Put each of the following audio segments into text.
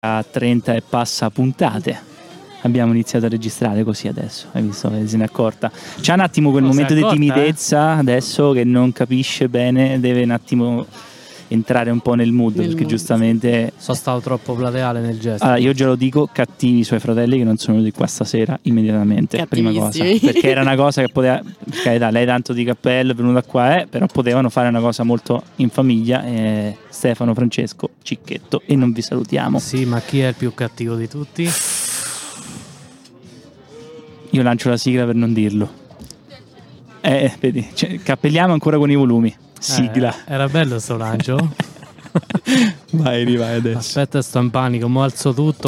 a 30 e passa puntate. Abbiamo iniziato a registrare così adesso, hai visto? Se ne è accorta. C'è un attimo quel momento di timidezza adesso che non capisce bene, deve un attimo entrare un po' nel mood perché giustamente sono stato troppo plateale nel gesto. Allora, io glielo dico, cattivi i suoi fratelli che non sono venuti qua stasera immediatamente, prima cosa, perché era una cosa che poteva, per carità, lei tanto di cappello è venuta qua, però potevano fare una cosa molto in famiglia, Stefano, Francesco, Cicchetto, e non vi salutiamo. Sì, ma chi è il più cattivo di tutti? Io lancio la sigla per non dirlo. Vedi, cappelliamo ancora con i volumi. Sigla. Era bello sto lancio. vai adesso. Aspetta, sto in panico, mo alzo tutto.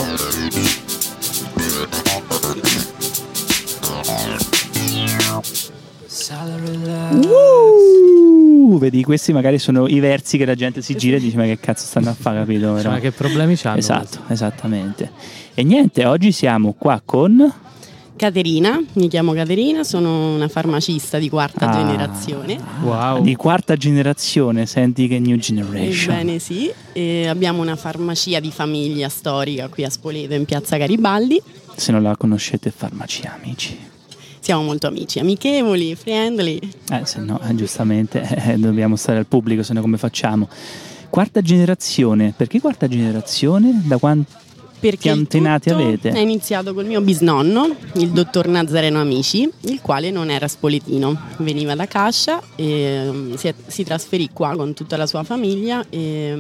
Vedi, questi magari sono i versi che la gente si gira e dice ma che cazzo stanno a fare, capito? Ma che problemi c'hanno? Esatto, esattamente. E niente, oggi siamo qua con Caterina, mi chiamo Caterina, sono una farmacista di quarta generazione. Wow. Di quarta generazione, senti che new generation. Ebbene sì, e abbiamo una farmacia di famiglia storica qui a Spoleto in piazza Garibaldi. Se non la conoscete, farmacia, amici. Siamo molto amici, amichevoli, friendly. Se no, giustamente dobbiamo stare al pubblico, se no come facciamo? Quarta generazione, perché quarta generazione? Da quanto? Perché antenati avete? È iniziato col mio bisnonno, il dottor Nazareno Amici, il quale non era spoletino, veniva da Cascia e si trasferì qua con tutta la sua famiglia e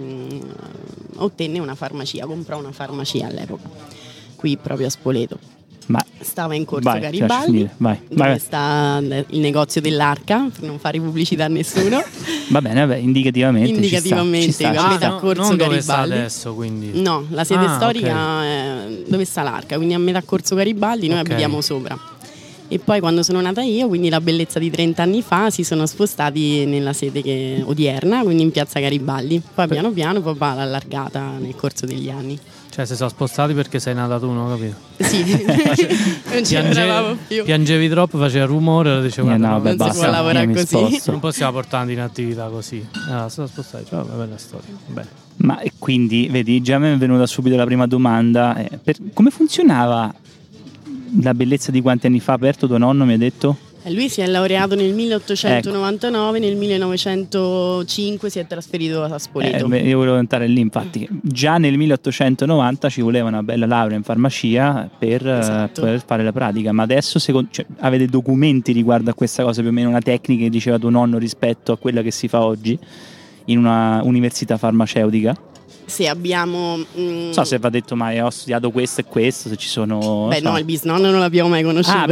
ottenne una farmacia, comprò una farmacia all'epoca, qui proprio a Spoleto. Ma stava in corso Garibaldi, dove sta il negozio dell'Arca, per non fare pubblicità a nessuno. Va bene, indicativamente ci sta. A metà corso non Garibaldi. Dove sta adesso, quindi? No, la sede storica è dove sta l'Arca, quindi a metà corso Garibaldi noi abitiamo sopra. E poi quando sono nata io, quindi la bellezza di 30 anni fa, si sono spostati nella sede odierna, quindi in piazza Garibaldi. Poi piano piano papà l'ha allargata nel corso degli anni. Cioè si sono spostati perché sei nata tu, non ho capito? Sì, non ci eravamo più. Piangevi troppo, faceva rumore, dicevo non si può lavorare così. Non possiamo portarti in attività così. Sono spostati, cioè, vabbè, bella storia. Bene. Ma quindi, vedi, già mi è venuta subito la prima domanda. Come funzionava la bellezza di quanti anni fa? Aperto tuo nonno, mi ha detto? Lui si è laureato nel 1899, nel 1905 si è trasferito a Spoleto. Io volevo andare lì, infatti. Già nel 1890 ci voleva una bella laurea in farmacia per poter fare la pratica, ma adesso avete documenti riguardo a questa cosa, più o meno una tecnica che diceva tuo nonno rispetto a quella che si fa oggi in una università farmaceutica? Se abbiamo non so se va detto mai ho studiato questo e questo, se ci sono no, il bisnonno non l'abbiamo mai conosciuto.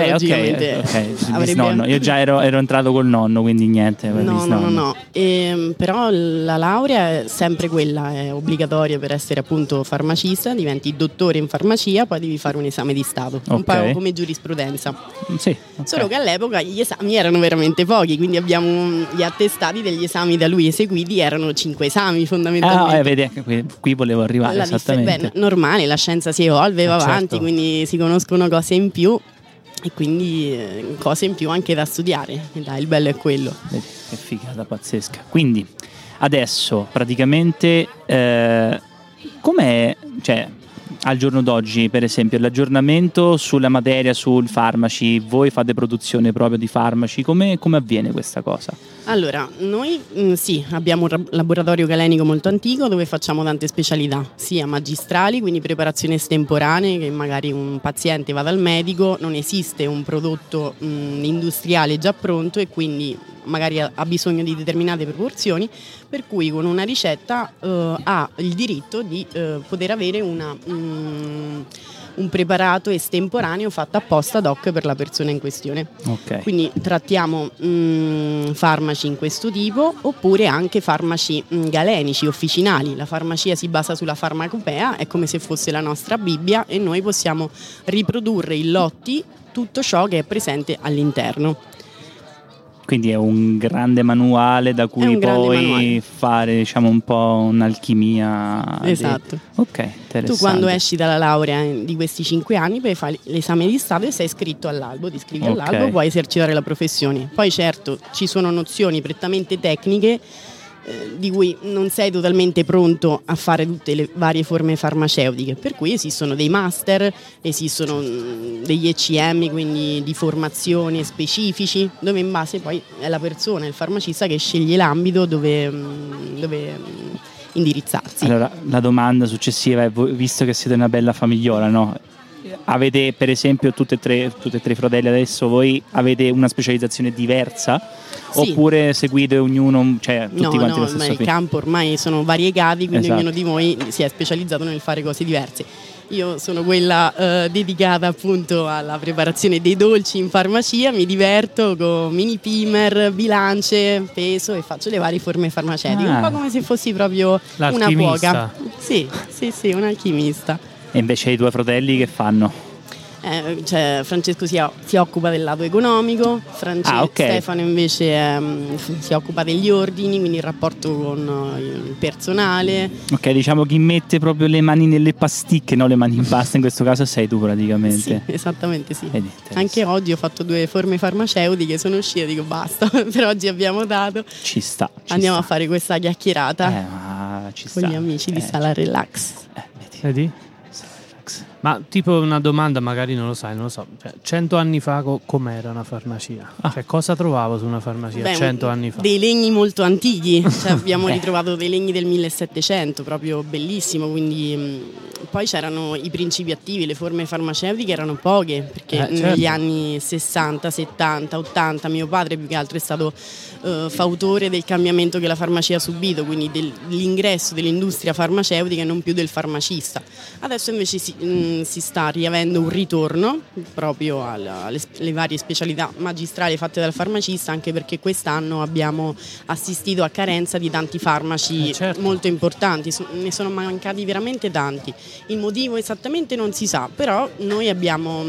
Il bisnonno. Io già ero entrato col nonno, quindi niente. No. Però la laurea è sempre quella, è obbligatoria per essere appunto farmacista, diventi dottore in farmacia, poi devi fare un esame di Stato, un po' come giurisprudenza. Sì, solo che all'epoca gli esami erano veramente pochi, quindi abbiamo gli attestati degli esami da lui eseguiti, erano 5 esami fondamentalmente. Vedi anche qui volevo arrivare, esattamente. Normale, la scienza si evolve, va avanti, quindi si conoscono cose in più e quindi cose in più anche da studiare. Dai, il bello è quello. Vedi, che figata pazzesca. Quindi adesso praticamente com'è, cioè al giorno d'oggi, per esempio, l'aggiornamento sulla materia, sul farmaci, voi fate produzione proprio di farmaci, come avviene questa cosa? Allora, noi abbiamo un laboratorio galenico molto antico dove facciamo tante specialità, sia magistrali, quindi preparazioni estemporanee, che magari un paziente va dal medico, non esiste un prodotto industriale già pronto e quindi magari ha bisogno di determinate proporzioni, per cui con una ricetta ha il diritto di poter avere un preparato estemporaneo fatto apposta ad hoc per la persona in questione. Quindi trattiamo farmaci in questo tipo, oppure anche farmaci galenici, officinali. La farmacia si basa sulla farmacopea, è come se fosse la nostra Bibbia e noi possiamo riprodurre in lotti tutto ciò che è presente all'interno. Quindi è un grande manuale da cui puoi fare, diciamo, un po' un'alchimia. Esatto. Ok, interessante. Tu quando esci dalla laurea di questi 5 anni poi fai l'esame di Stato e sei iscritto all'albo, ti iscrivi all'albo, puoi esercitare la professione. Poi certo ci sono nozioni prettamente tecniche di cui non sei totalmente pronto a fare tutte le varie forme farmaceutiche, per cui esistono dei master, esistono degli ECM, quindi di formazione specifici, dove in base poi è la persona, il farmacista che sceglie l'ambito dove indirizzarsi. Allora, la domanda successiva è, visto che siete una bella famigliola, no? Avete per esempio tutte e tre i fratelli adesso, voi avete una specializzazione diversa? Sì. Oppure seguite ognuno, cioè tutti quanti lo stesso film? Il campo ormai sono variegati, quindi ognuno di voi si è specializzato nel fare cose diverse. Io sono quella dedicata appunto alla preparazione dei dolci in farmacia, mi diverto con mini pimer, bilance, peso e faccio le varie forme farmaceutiche, un po' come se fossi proprio una cuoca. Sì, un alchimista. E invece i tuoi fratelli che fanno? Francesco si occupa del lato economico, Stefano invece si occupa degli ordini, quindi il rapporto con il personale. Ok, diciamo chi mette proprio le mani nelle pasticche, no le mani in pasta, in questo caso sei tu praticamente. Sì, esattamente sì. Anche oggi ho fatto 2 forme farmaceutiche, sono uscita e dico basta, per oggi abbiamo dato. Ci sta. Andiamo a fare questa chiacchierata con gli amici di Sala Relax. Vedi? Ma tipo una domanda, magari non lo so, cioè, 100 anni fa com'era una farmacia? Cioè, cosa trovavo su una farmacia 100 anni fa? Dei legni molto antichi, cioè, abbiamo ritrovato dei legni del 1700, proprio bellissimo, quindi poi c'erano i principi attivi, le forme farmaceutiche erano poche, perché negli anni 60, 70, 80 mio padre più che altro è stato fautore del cambiamento che la farmacia ha subito, quindi dell'ingresso dell'industria farmaceutica e non più del farmacista. Adesso invece si sta riavendo un ritorno proprio alle varie specialità magistrali fatte dal farmacista, anche perché quest'anno abbiamo assistito a carenza di tanti farmaci molto importanti, ne sono mancati veramente tanti. Il motivo esattamente non si sa, però noi abbiamo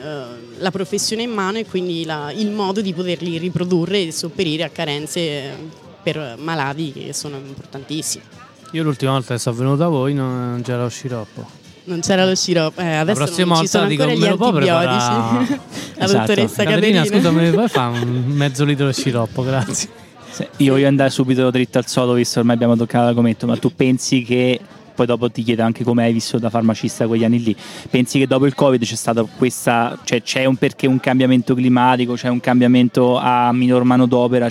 la professione in mano e quindi il modo di poterli riprodurre e sopperire a carenze per malati che sono importantissimi. Io l'ultima volta che sono venuto da voi non c'era lo sciroppo. Non c'era lo sciroppo, adesso la prossima non ci sono ancora gli antibiotici. La dottoressa Caterina, scusa, me ne puoi fare un mezzo litro di sciroppo, grazie. Io voglio andare subito dritto al sodo, visto che ormai abbiamo toccato l'argomento, ma tu pensi che, poi dopo ti chiedo anche come hai vissuto da farmacista quegli anni lì, pensi che dopo il Covid c'è stata questa, cioè c'è un cambiamento climatico, c'è un cambiamento a minor manodopera,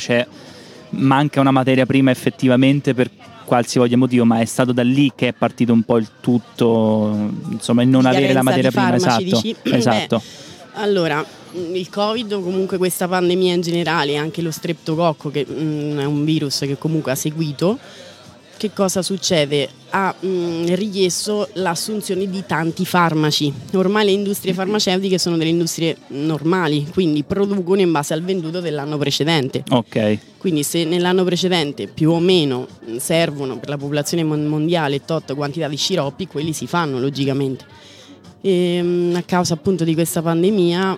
manca una materia prima effettivamente per qualsivoglia motivo, ma è stato da lì che è partito un po' il tutto, insomma, il non avere la materia prima. Esatto. Allora, il Covid o comunque questa pandemia in generale, anche lo streptococco, che è un virus che comunque ha seguito, che cosa succede? Ha richiesto l'assunzione di tanti farmaci. Ormai le industrie farmaceutiche sono delle industrie normali, quindi producono in base al venduto dell'anno precedente. Ok. Quindi se nell'anno precedente più o meno servono per la popolazione mondiale tot quantità di sciroppi, quelli si fanno logicamente. E, a causa appunto di questa pandemia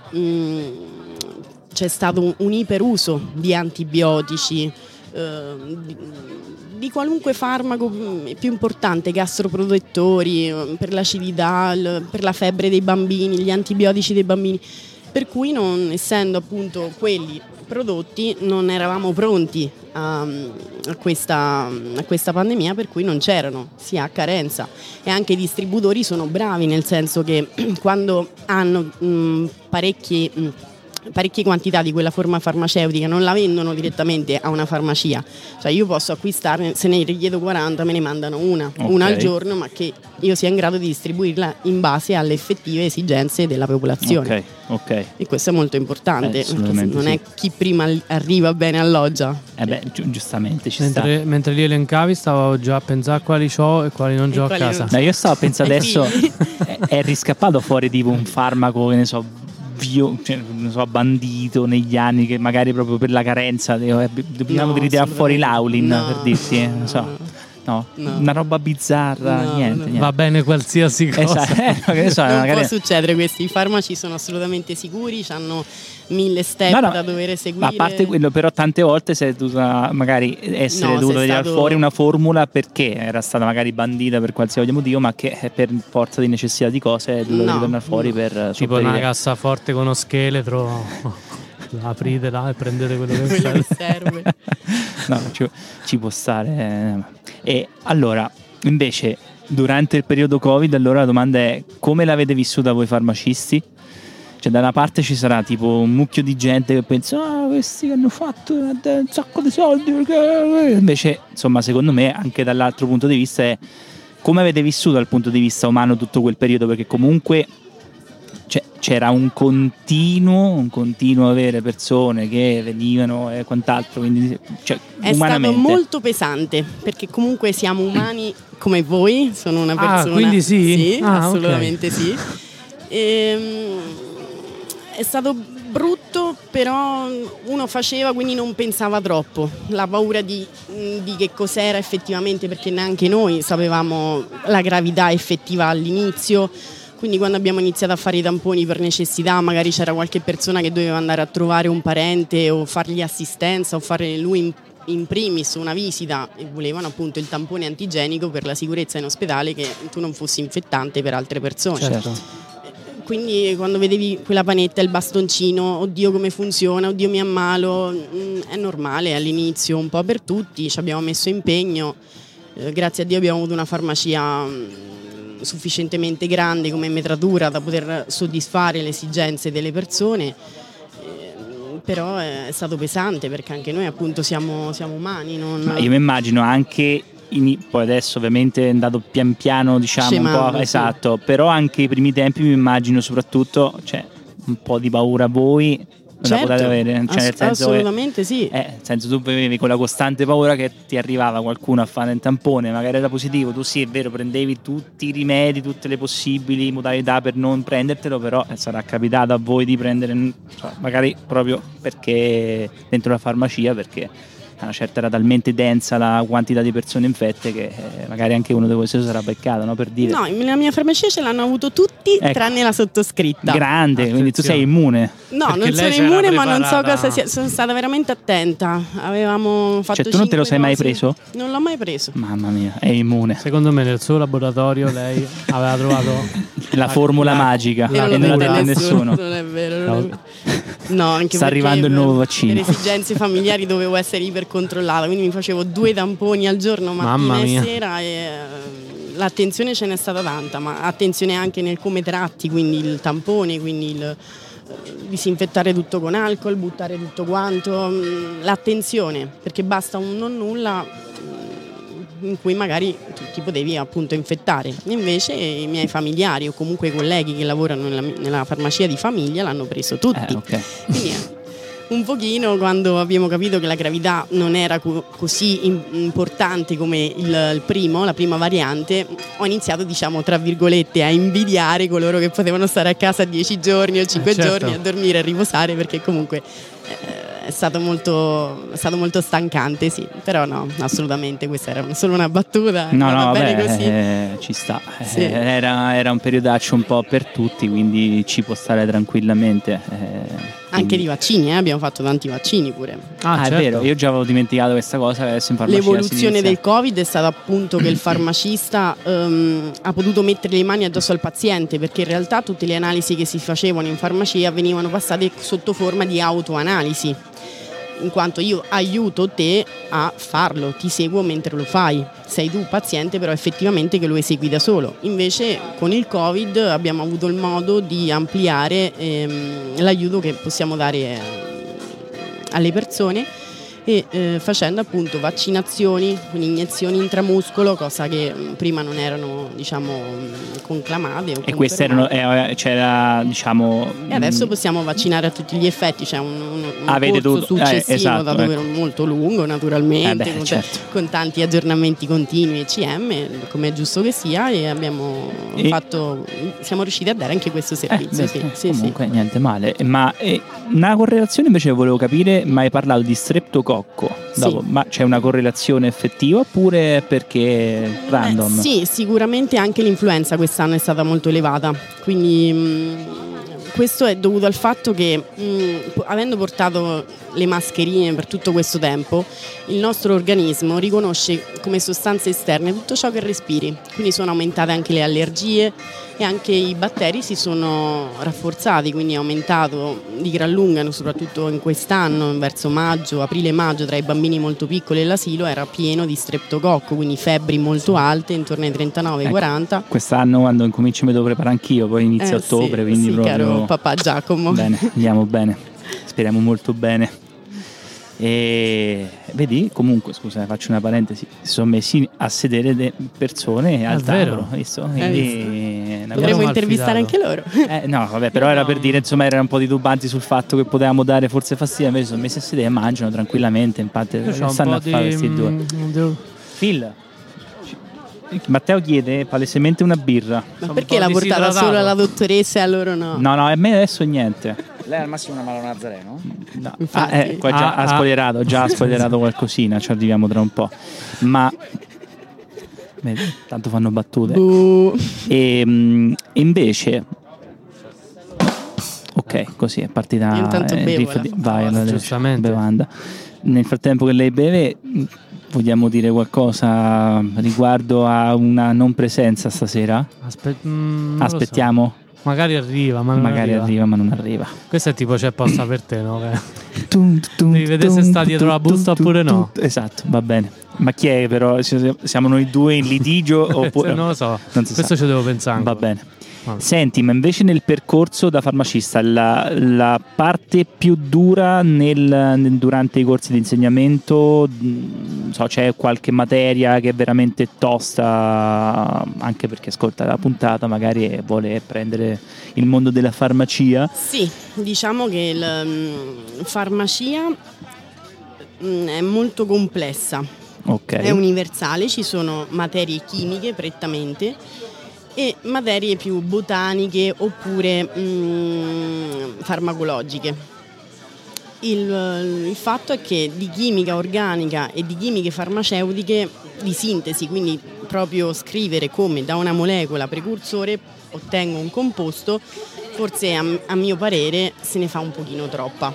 c'è stato un iperuso di antibiotici, di qualunque farmaco più importante, gastroprotettori, per l'acidità, per la febbre dei bambini, gli antibiotici dei bambini, per cui non essendo appunto quelli prodotti non eravamo pronti a questa pandemia, per cui non c'erano, si ha carenza, e anche i distributori sono bravi, nel senso che quando hanno parecchie quantità di quella forma farmaceutica non la vendono direttamente a una farmacia, cioè io posso acquistarne, se ne richiedo 40 me ne mandano una al giorno, ma che io sia in grado di distribuirla in base alle effettive esigenze della popolazione. Ok. E questo è molto importante, non è chi prima arriva bene alloggia. Giustamente ci mentre li elencavi stavo già a pensare a quali c'ho e quali non c'ho a casa. No, io stavo a pensare adesso è riscappato fuori tipo un farmaco, che ne so, bandito negli anni, che magari proprio per la carenza dobbiamo ritirare fuori l'Aulin, per dirti, non so. No, una roba bizzarra, niente. Va bene qualsiasi cosa. Non può succedere, questi farmaci sono assolutamente sicuri, hanno 1000 step da dover seguire. A parte quello, però tante volte sei dovuta magari dovuto tirare fuori una formula perché era stata magari bandita per qualsiasi motivo, ma che per forza di necessità di cose è dovuta ritornare fuori per tipo una cassaforte con uno scheletro. Aprite là e prendete quello che serve. No, ci può stare. E allora, invece, durante il periodo Covid, allora la domanda è: come l'avete vissuta voi farmacisti? Cioè, da una parte ci sarà tipo un mucchio di gente che pensa questi che hanno fatto un sacco di soldi, perché... Invece, insomma, secondo me, anche dall'altro punto di vista è come avete vissuto dal punto di vista umano tutto quel periodo, perché comunque c'era un continuo avere persone che venivano e quant'altro, quindi è stato molto pesante, perché comunque siamo umani come voi, sono una persona. Quindi sì? Sì, assolutamente okay. Sì. È stato brutto, però uno faceva, quindi non pensava troppo. La paura di che cos'era effettivamente, perché neanche noi sapevamo la gravità effettiva all'inizio. Quindi quando abbiamo iniziato a fare i tamponi per necessità, magari c'era qualche persona che doveva andare a trovare un parente o fargli assistenza o fare lui in primis una visita, e volevano appunto il tampone antigenico per la sicurezza in ospedale, che tu non fossi infettante per altre persone. Certo. Quindi quando vedevi quella panetta, il bastoncino, oddio come funziona, oddio mi ammalo, è normale all'inizio, un po' per tutti, ci abbiamo messo impegno, grazie a Dio abbiamo avuto una farmacia sufficientemente grande come metratura da poter soddisfare le esigenze delle persone, però è stato pesante, perché anche noi appunto siamo umani. Ma io mi immagino anche... poi adesso ovviamente è andato pian piano, diciamo, scemando, un po', esatto, sì. Però anche i primi tempi mi immagino soprattutto un po' di paura voi non la potete avere, nel senso assolutamente sì. Nel senso, tu avevi quella costante paura che ti arrivava qualcuno a fare il tampone, magari era positivo, tu sì, è vero, prendevi tutti i rimedi, tutte le possibili modalità per non prendertelo, però sarà capitato a voi di prendere, magari proprio perché dentro la farmacia, perché a una certa era talmente densa la quantità di persone infette che magari anche uno di voi si sarà beccato, no? Per dire. No, nella mia farmacia ce l'hanno avuto tutti, ecco, tranne la sottoscritta. Grande, attenzione. Quindi tu sei immune. No, perché non sono immune, ma non so cosa sia. Sono stata veramente attenta. Avevamo fatto tu non te lo sei mai preso? Non l'ho mai preso. Mamma mia, è immune. Secondo me nel suo laboratorio lei aveva trovato la formula magica e non l'ha detto nessuno. Non è vero. No, anche sta arrivando il nuovo vaccino. Per esigenze familiari dovevo essere ipercontrollata, quindi mi facevo 2 tamponi al giorno, mattina e sera, e l'attenzione ce n'è stata tanta, ma attenzione anche nel come tratti, quindi il tampone, quindi il disinfettare tutto con alcol, buttare tutto quanto, l'attenzione, perché basta un non nulla in cui magari tu ti potevi appunto infettare. Invece i miei familiari o comunque i colleghi che lavorano nella farmacia di famiglia l'hanno preso tutti. Okay. Quindi un pochino, quando abbiamo capito che la gravità non era così importante come la prima variante, ho iniziato, diciamo, tra virgolette, a invidiare coloro che potevano stare a casa 10 giorni o 5 giorni a dormire e a riposare, perché comunque è stato molto stancante, sì, però no, assolutamente, questa era solo una battuta. No, va bene così. Ci sta, sì. Era un periodaccio un po' per tutti, quindi ci può stare tranquillamente. Anche di vaccini, abbiamo fatto tanti vaccini pure. Certo. È vero, io già avevo dimenticato questa cosa, adesso in farmacia l'evoluzione del Covid è stata appunto che il farmacista ha potuto mettere le mani addosso al paziente, perché in realtà tutte le analisi che si facevano in farmacia venivano passate sotto forma di autoanalisi, in quanto io aiuto te a farlo, ti seguo mentre lo fai, sei tu paziente però effettivamente che lo esegui da solo. Invece con il Covid abbiamo avuto il modo di ampliare l'aiuto che possiamo dare alle persone, e facendo appunto vaccinazioni, quindi iniezioni intramuscolo, cosa che prima non erano, diciamo, conclamate. E queste c'era, diciamo, e adesso possiamo vaccinare a tutti gli effetti, c'è un corso successivo esatto, da dove molto lungo naturalmente, certo, con tanti aggiornamenti continui ECM, come è giusto che sia, e siamo riusciti a dare anche questo servizio. Comunque niente male. Ma una correlazione invece volevo capire, ma hai parlato di streptococco. Ma c'è una correlazione effettiva oppure perché random? Sì, sicuramente anche l'influenza quest'anno è stata molto elevata, quindi questo è dovuto al fatto che avendo portato le mascherine per tutto questo tempo, il nostro organismo riconosce come sostanze esterne tutto ciò che respiri, quindi sono aumentate anche le allergie, e anche i batteri si sono rafforzati, quindi è aumentato di gran lunga, soprattutto in quest'anno, verso maggio, aprile-maggio, tra i bambini molto piccoli e l'asilo era pieno di streptococco, quindi febbri molto alte, intorno ai 39-40. Quest'anno quando incomincio mi devo preparare anch'io, poi inizia ottobre, quindi sì, proprio... caro papà Giacomo. Bene, andiamo bene, speriamo molto bene. E vedi, comunque, scusa, faccio una parentesi, si sono messi a sedere persone al tavolo, visto? Potremmo intervistare anche loro. No, vabbè, però era per dire, insomma, erano un po' titubanti sul fatto che potevamo dare forse fastidio, invece sono messi a sedere e mangiano tranquillamente, infatti stanno a fare questi due. Phil, Matteo chiede palesemente una birra. Ma perché l'ha portata solo alla dottoressa e a loro no? No, a me adesso niente. Lei al massimo una Malo Nazareno? No. Qua già ha spoilerato qualcosina, ci arriviamo tra un po'. Ma tanto fanno battute. E invece ok, così è partita. Io intanto bevo, vai, giustamente. Bevanda. Nel frattempo che lei beve, vogliamo dire qualcosa riguardo a una non presenza stasera? Aspettiamo. Magari arriva, ma non arriva. Questo è tipo c'è apposta per te, no? Devi vedere se sta dietro la busta oppure no. Esatto, va bene. Ma chi è però? Siamo noi due in litigio oppure... non lo so, questo ci devo pensare. Va bene. Senti, ma invece nel percorso da farmacista la parte più dura durante i corsi di insegnamento, c'è qualche materia che è veramente tosta, anche perché ascolta la puntata magari e vuole prendere il mondo della farmacia? Sì, diciamo che la farmacia è molto complessa, è universale, ci sono materie chimiche prettamente e materie più botaniche oppure farmacologiche. Il fatto è che di chimica organica e di chimiche farmaceutiche di sintesi, quindi proprio scrivere come da una molecola precursore ottengo un composto, forse a mio parere se ne fa un pochino troppa.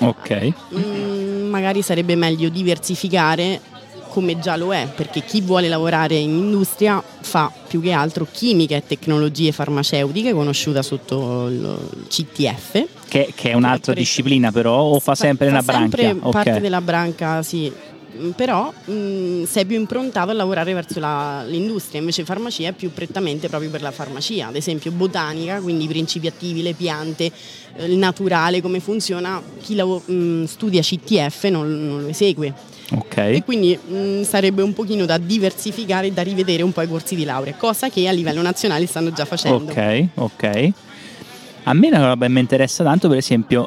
Magari sarebbe meglio diversificare, come già lo è, perché chi vuole lavorare in industria fa più che altro chimica e tecnologie farmaceutiche, conosciuta sotto il CTF, che è un'altra disciplina però, o fa sempre una branca? Sempre parte della branca, sì, però sei più improntato a lavorare verso l'industria, invece farmacia è più prettamente proprio per la farmacia, ad esempio botanica, quindi i principi attivi, le piante, il naturale, come funziona, chi studia CTF non lo esegue. E quindi sarebbe un pochino da diversificare e da rivedere un po' i corsi di laurea, cosa che a livello nazionale stanno già facendo. Ok. A me una roba mi interessa tanto, per esempio,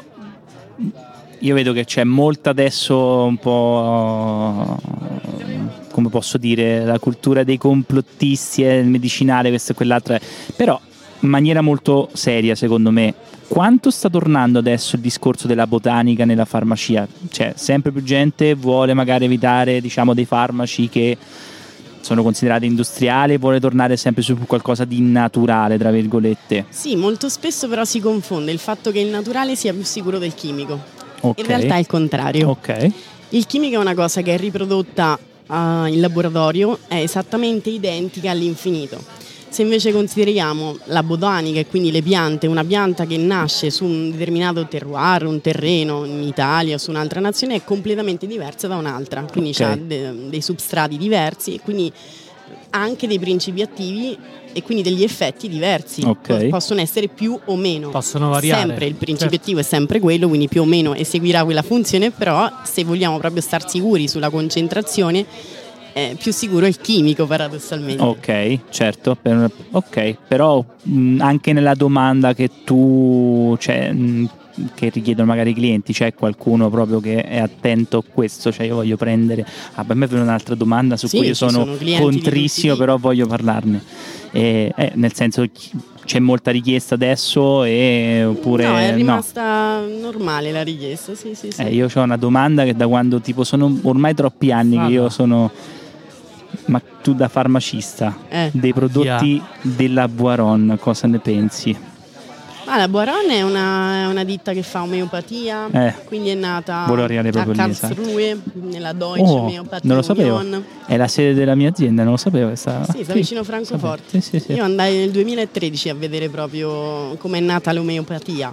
io vedo che c'è molta adesso un po', come posso dire, la cultura dei complottisti e il medicinale, questo e quell'altro, però in maniera molto seria secondo me. Quanto sta tornando adesso il discorso della botanica nella farmacia? Cioè, sempre più gente vuole magari evitare, diciamo, dei farmaci che sono considerati industriali e vuole tornare sempre su qualcosa di naturale, tra virgolette. Sì, molto spesso però si confonde il fatto che il naturale sia più sicuro del chimico. In realtà è il contrario. Il chimico è una cosa che è riprodotta in laboratorio, è esattamente identica all'infinito. Se invece consideriamo la botanica e quindi le piante, una pianta che nasce su un determinato terroir, un terreno in Italia o su un'altra nazione, è completamente diversa da un'altra, quindi ha dei substrati diversi e quindi ha anche dei principi attivi e quindi degli effetti diversi, possono essere più o meno, possono variare. Sempre il principio attivo è sempre quello, quindi più o meno eseguirà quella funzione, però se vogliamo proprio star sicuri sulla concentrazione è più sicuro il chimico, paradossalmente. Certo. Però anche nella domanda che tu, che richiedono magari i clienti, c'è qualcuno proprio che è attento a questo? Cioè, io voglio prendere... per me è un'altra domanda su cui io sono contrissimo, però voglio parlarne. Nel senso, c'è molta richiesta adesso oppure no, è rimasta normale la richiesta, sì. Io ho una domanda che da quando tipo sono ormai troppi anni che io sono... Ma tu da farmacista dei prodotti della Boiron cosa ne pensi? La Boiron è una ditta che fa omeopatia, quindi è nata a Karlsruhe, nella Deutsche Omeopathie non lo sapevo. Union. È la sede della mia azienda, non lo sapevo. Sta vicino a Francoforte. Sì. Io andai nel 2013 a vedere proprio come è nata l'omeopatia.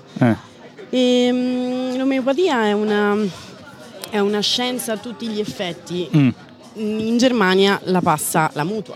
L'omeopatia è una scienza a tutti gli effetti. In Germania la passa la Mutua.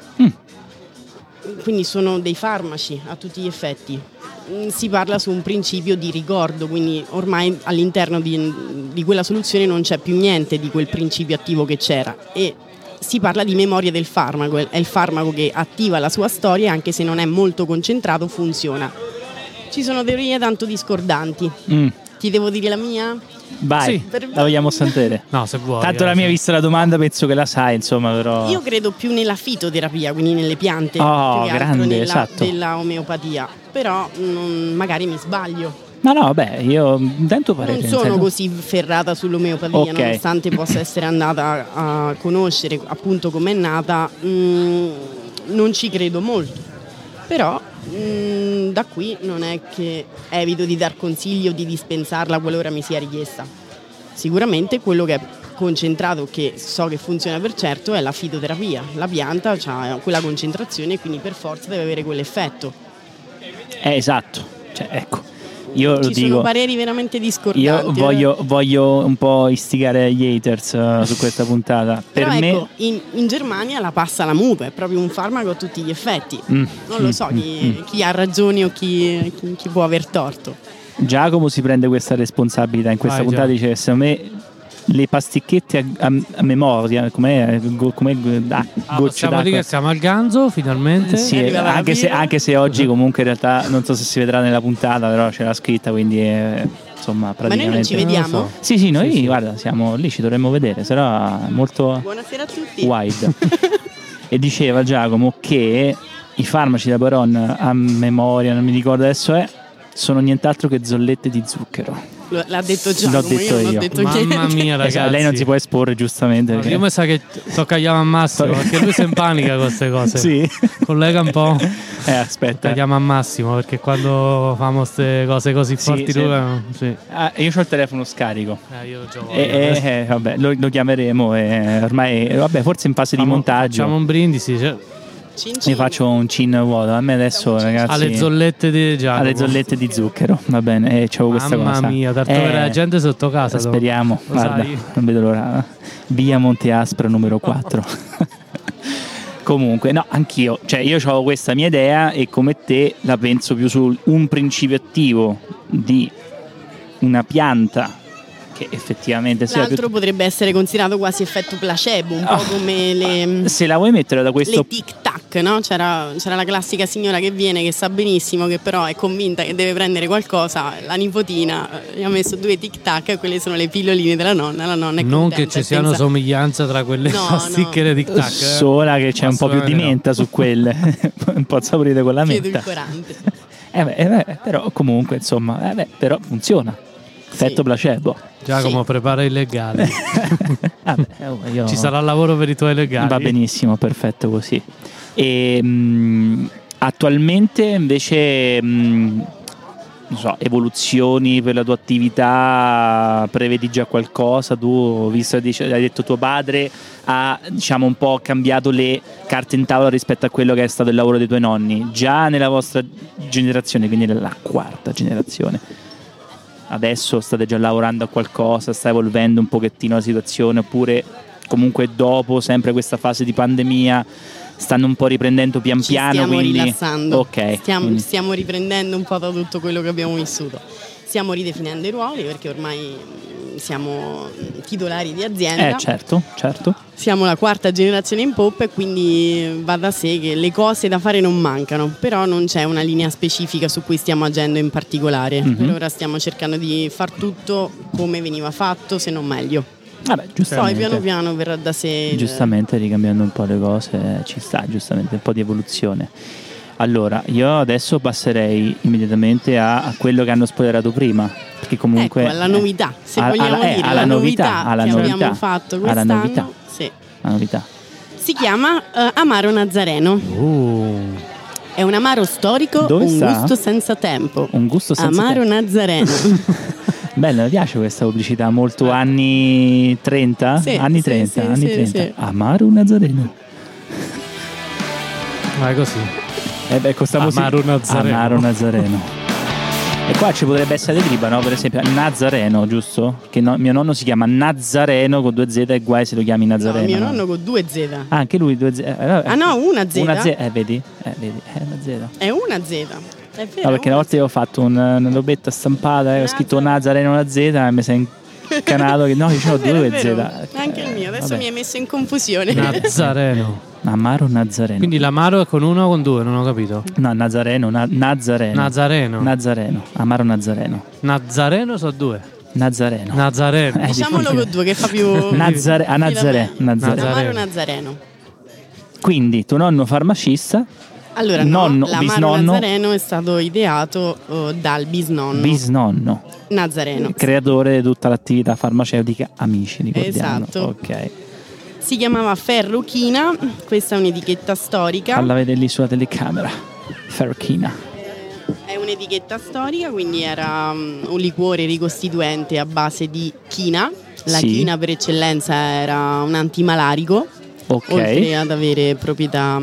Quindi sono dei farmaci a tutti gli effetti. Si parla su un principio di ricordo, quindi ormai all'interno di quella soluzione non c'è più niente di quel principio attivo che c'era, e si parla di memoria del farmaco. È il farmaco che attiva la sua storia e anche se non è molto concentrato funziona. Ci sono teorie tanto discordanti. Ti devo dire la mia? Vai, la vogliamo sentire. No, se vuoi. Tanto la mia, vista la domanda, penso che la sai, insomma, però. Io credo più nella fitoterapia, quindi nelle piante, più che grande, altro della omeopatia. Però magari mi sbaglio. No, vabbè, io intendo parere. Non sono così ferrata sull'omeopatia, nonostante possa essere andata a conoscere appunto com'è nata, non ci credo molto. Però da qui non è che evito di dar consigli o di dispensarla qualora mi sia richiesta. Sicuramente quello che è concentrato, che so che funziona per certo, è la fitoterapia. La pianta ha quella concentrazione e quindi per forza deve avere quell'effetto. Esatto, ecco. Io ci sono pareri veramente discordanti. Io voglio un po' istigare gli haters su questa puntata. Però per ecco, in Germania la passa la Mutua, è proprio un farmaco a tutti gli effetti. Non lo so chi ha ragione o chi può aver torto. Giacomo si prende questa responsabilità in questa puntata, dice: secondo me le pasticchette a memoria, possiamo dire che siamo al ganzo finalmente. Sì, anche se oggi comunque in realtà non so se si vedrà nella puntata, però c'era scritta, quindi insomma praticamente. Ma noi non ci vediamo? Sì, noi guarda, siamo lì, ci dovremmo vedere, sarà molto. Buonasera a tutti. Wide. E diceva Giacomo che i farmaci della Boiron a memoria, non mi ricordo adesso, sono nient'altro che zollette di zucchero. L'ha detto Giacomo, l'ho detto io. Mamma mia, ragazzi. Lei non si può esporre, giustamente. No, io mi sa che tocca chiamare Massimo, perché lui si impanica con queste cose. Sì. Collega un po'. Aspetta. Chiama a Massimo, perché quando fanno queste cose così forti lui. Sì. Io ho il telefono scarico. Io lo gioco. Vabbè, lo chiameremo. Ormai, forse in fase di montaggio. Facciamo un brindisi. Mi faccio un cin vuoto. A me adesso, ragazzi, alle zollette di Giacomo. Alle zollette di zucchero, va bene. C'avevo questa cosa. Mamma mia, tartare la gente sotto casa. Speriamo, guarda, non vedo l'ora. Via Monte Aspra numero 4. Comunque, no, anch'io. Cioè, io ho questa mia idea e come te la penso più su un principio attivo di una pianta che effettivamente l'altro potrebbe essere considerato quasi effetto placebo, un po' come le se la vuoi mettere da questo le tic tac, no? C'era la classica signora che viene, che sa benissimo che però è convinta che deve prendere qualcosa, la nipotina gli ha messo 2 tic tac e quelle sono le pilloline della nonna, la nonna è non che ci siano somiglianze tra quelle pasticche e le tic tac, sola che c'è un po' più di menta su quelle un po' saporite con la menta, edulcorante. Però comunque insomma però funziona, effetto placebo. Giacomo, prepara i legali. Ci sarà lavoro per i tuoi legali. Va benissimo, perfetto così. E attualmente invece non so, evoluzioni per la tua attività, prevedi già qualcosa? Tu, visto che hai detto tuo padre ha un po' cambiato le carte in tavola rispetto a quello che è stato il lavoro dei tuoi nonni, già nella vostra generazione, quindi nella 4ª generazione, adesso state già lavorando a qualcosa, sta evolvendo un pochettino la situazione, oppure comunque dopo sempre questa fase di pandemia stanno un po' riprendendo piano piano? Stiamo rilassando, stiamo riprendendo un po' da tutto quello che abbiamo vissuto, stiamo ridefinendo i ruoli perché ormai siamo titolari di azienda. Certo. Siamo la 4ª generazione in poppa e quindi va da sé che le cose da fare non mancano, però non c'è una linea specifica su cui stiamo agendo in particolare. Per ora stiamo cercando di far tutto come veniva fatto, se non meglio. Poi piano piano verrà da sé. Giustamente, ricambiando un po' le cose, ci sta giustamente un po' di evoluzione. Allora, io adesso passerei immediatamente a quello che hanno spoilerato prima, perché comunque alla novità, se vogliamo dire, alla novità che abbiamo fatto quest'anno. La novità si chiama Amaro Nazareno. È un amaro storico, Dove un sta? gusto senza tempo. Un gusto senza Amaro tempo. Nazareno. Bella, mi piace questa pubblicità, molto anni 30? Sì, Anni sì, 30, sì, anni sì, 30. sì. Amaro Nazareno. Vai così. Questa Amaro Nazareno. Amaro Nazareno. E qua ci potrebbe essere riba, no? Per esempio Nazareno, giusto? Che mio nonno si chiama Nazareno con 2 Z e guai se lo chiami No, Nazareno. mio nonno con 2 Z. Ah, anche lui 2 Z. Ah no, una Z. Una Z, vedi? Vedi, è una Z. È una Z. È vero. No, perché una volta io ho fatto una robetta stampata e ho scritto Nazareno una Z e mi sei incanato che no, io ce l'ho È vero, 2 è vero. Z. Anche il mio, adesso vabbè. mi hai messo in confusione. Nazareno. Amaro Nazareno. Quindi l'amaro è con 1 o con 2? Non ho capito. No, Nazareno, Nazareno. Nazareno. Nazareno, Amaro Nazareno. Nazareno so 2. Nazareno. Nazareno. Diciamolo con 2 che fa più... Nazare- a Nazaré, Nazareno. Nazaré. Amaro Nazareno. Quindi tuo nonno farmacista, Allora, Nonno, no, l'amaro bisnonno. Nazareno è stato ideato dal bisnonno bisnonno, Nazareno. creatore di tutta l'attività farmaceutica Amici, ricordiamo. Esatto. Ok. Si chiamava Ferruchina, questa è un'etichetta storica. Falla vedere lì sulla telecamera. Ferruchina. È un'etichetta storica, quindi era un liquore ricostituente a base di china. La Sì. china per eccellenza era un antimalarico, Ok. oltre ad avere proprietà...